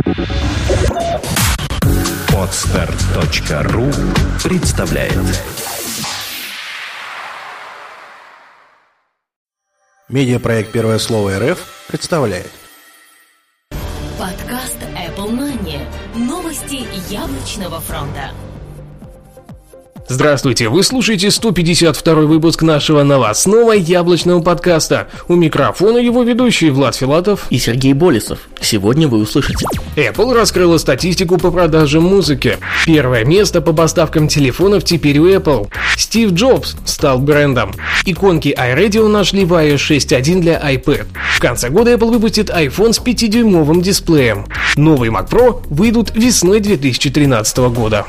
Podstart.ru представляет. Медиапроект «Первое слово РФ» представляет. Подкаст Apple Money. Новости яблочного фронта. Здравствуйте, вы слушаете 152-й выпуск нашего новостного яблочного подкаста. У микрофона его ведущие Влад Филатов и Сергей Болесов. Сегодня вы услышите. Apple раскрыла статистику по продажам музыки. Первое место по поставкам телефонов теперь у Apple. Стив Джобс стал брендом. Иконки iRadio нашли в iOS 6.1 для iPad. В конце года Apple выпустит iPhone с 5-дюймовым дисплеем. Новый Mac Pro выйдут весной 2013 года.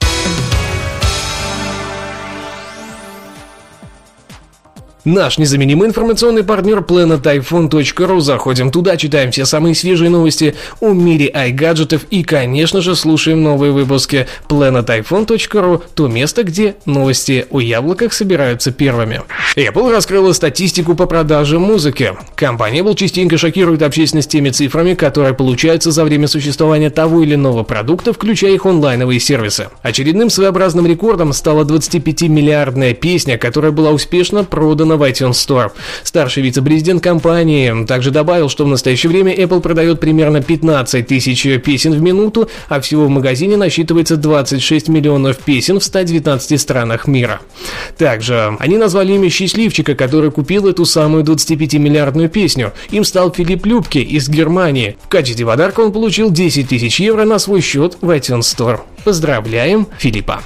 Наш незаменимый информационный партнер planetiphone.ru. Заходим туда, читаем все самые свежие новости о мире iGadget'ов и, конечно же, слушаем новые выпуски. planetiphone.ru – то место, где новости о яблоках собираются первыми. Apple раскрыла статистику по продажам музыки. Компания Apple частенько шокирует общественность теми цифрами, которые получаются за время существования того или иного продукта, включая их онлайновые сервисы. Очередным своеобразным рекордом стала 25-миллиардная песня, которая была успешно продана в iTunes Store. Старший вице-президент компании также добавил, что в настоящее время Apple продает примерно 15 тысяч песен в минуту, а всего в магазине насчитывается 26 миллионов песен в 119 странах мира. Также они назвали имя счастливчика, который купил эту самую 25-миллиардную песню. Им стал Филипп Любке из Германии. В качестве подарка он получил 10 тысяч евро на свой счет в iTunes Store. Поздравляем Филиппа!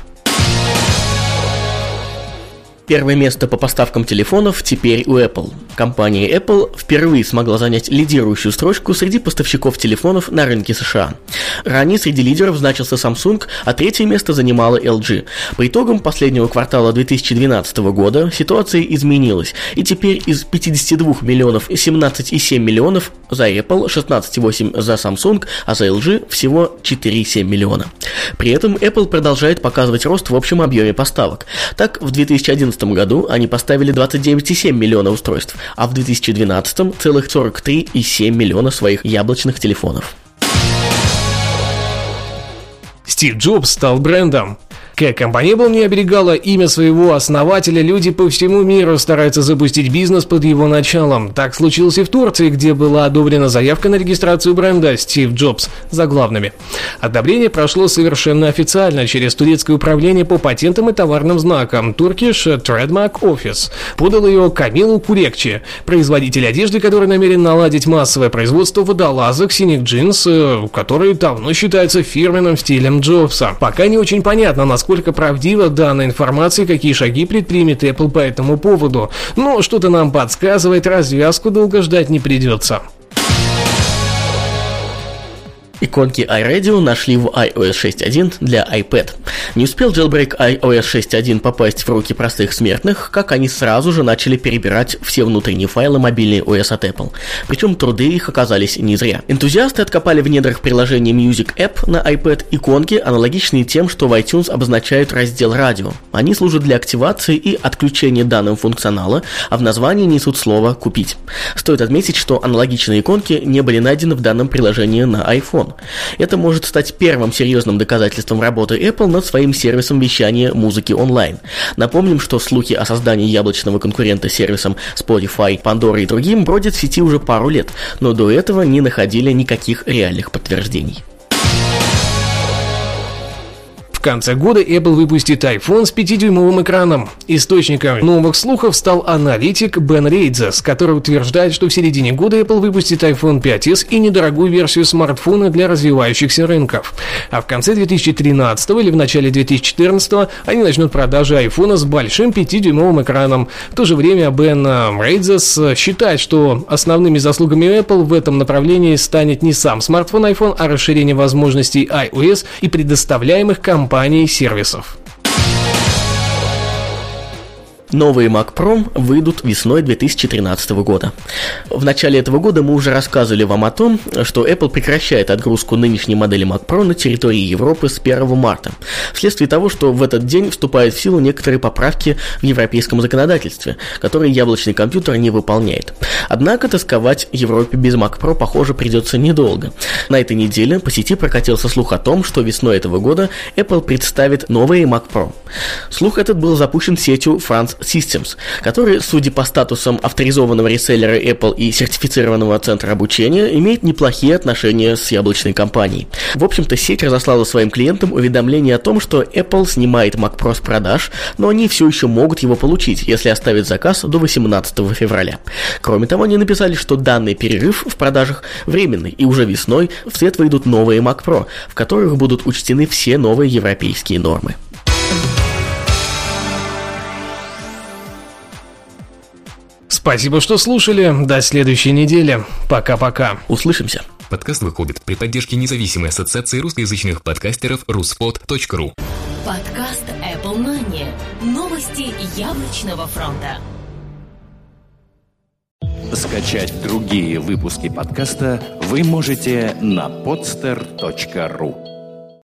Первое место по поставкам телефонов теперь у Apple. Компания Apple впервые смогла занять лидирующую строчку среди поставщиков телефонов на рынке США. Ранее среди лидеров значился Samsung, а третье место занимала LG. По итогам последнего квартала 2012 года ситуация изменилась, и теперь из 52 миллионов 17,7 миллионов за Apple, 16,8 за Samsung, а за LG всего 4,7 миллиона. При этом Apple продолжает показывать рост в общем объеме поставок. Так, в 2011 году они поставили 29,7 миллиона устройств, а в 2012 целых 43,7 миллиона своих яблочных телефонов. Стив Джобс стал брендом. Как компания Apple не оберегала имя своего основателя, люди по всему миру стараются запустить бизнес под его началом. Так случилось и в Турции, где была одобрена заявка на регистрацию бренда Стив Джобс заглавными. Одобрение прошло совершенно официально через турецкое управление по патентам и товарным знакам Turkish Trademark Office. Подал ее Камилу Курекчи, производитель одежды, который намерен наладить массовое производство водолазок, синих джинс, которые давно считаются фирменным стилем Джобса. Пока не очень понятно, насколько правдива данная информация и какие шаги предпримет Apple по этому поводу. Но что-то нам подсказывает, развязку долго ждать не придется. Иконки iRadio нашли в iOS 6.1 для iPad. Не успел jailbreak iOS 6.1 попасть в руки простых смертных, как они сразу же начали перебирать все внутренние файлы мобильной OS от Apple. Причем труды их оказались не зря. Энтузиасты откопали в недрах приложения Music App на iPad иконки, аналогичные тем, что в iTunes обозначают раздел радио. Они служат для активации и отключения данного функционала, а в названии несут слово «купить». Стоит отметить, что аналогичные иконки не были найдены в данном приложении на iPhone. Это может стать первым серьезным доказательством работы Apple над своим сервисом вещания музыки онлайн. Напомним, что слухи о создании яблочного конкурента сервисам Spotify, Pandora и другим бродят в сети уже пару лет, но до этого не находили никаких реальных подтверждений. В конце года Apple выпустит iPhone с 5-дюймовым экраном. Источником новых слухов стал аналитик Бен Рейдзес, который утверждает, что в середине года Apple выпустит iPhone 5s и недорогую версию смартфона для развивающихся рынков. А в конце 2013 или в начале 2014 они начнут продажи iPhone с большим 5-дюймовым экраном. В то же время Бен Рейдзес считает, что основными заслугами Apple в этом направлении станет не сам смартфон iPhone, а расширение возможностей iOS и предоставляемых компанией сервисов. Новые Mac Pro выйдут весной 2013 года. В начале этого года мы уже рассказывали вам о том, что Apple прекращает отгрузку нынешней модели Mac Pro на территории Европы с 1 марта, вследствие того, что в этот день вступают в силу некоторые поправки в европейском законодательстве, которые яблочный компьютер не выполняет. Однако тосковать Европе без Mac Pro, похоже, придется недолго. На этой неделе по сети прокатился слух о том, что весной этого года Apple представит новые Mac Pro. Слух этот был запущен сетью France Systems, который, судя по статусам авторизованного реселлера Apple и сертифицированного центра обучения, имеет неплохие отношения с яблочной компанией. В общем-то, сеть разослала своим клиентам уведомление о том, что Apple снимает Mac Pro с продаж, но они все еще могут его получить, если оставят заказ до 18 февраля. Кроме того, они написали, что данный перерыв в продажах временный, и уже весной в свет выйдут новые Mac Pro, в которых будут учтены все новые европейские нормы. Спасибо, что слушали. До следующей недели. Пока-пока. Услышимся. Подкаст выходит при поддержке независимой ассоциации русскоязычных подкастеров ruspod.ru. Подкаст Apple Money. Новости яблочного фронта. Скачать другие выпуски подкаста вы можете на podster.ru.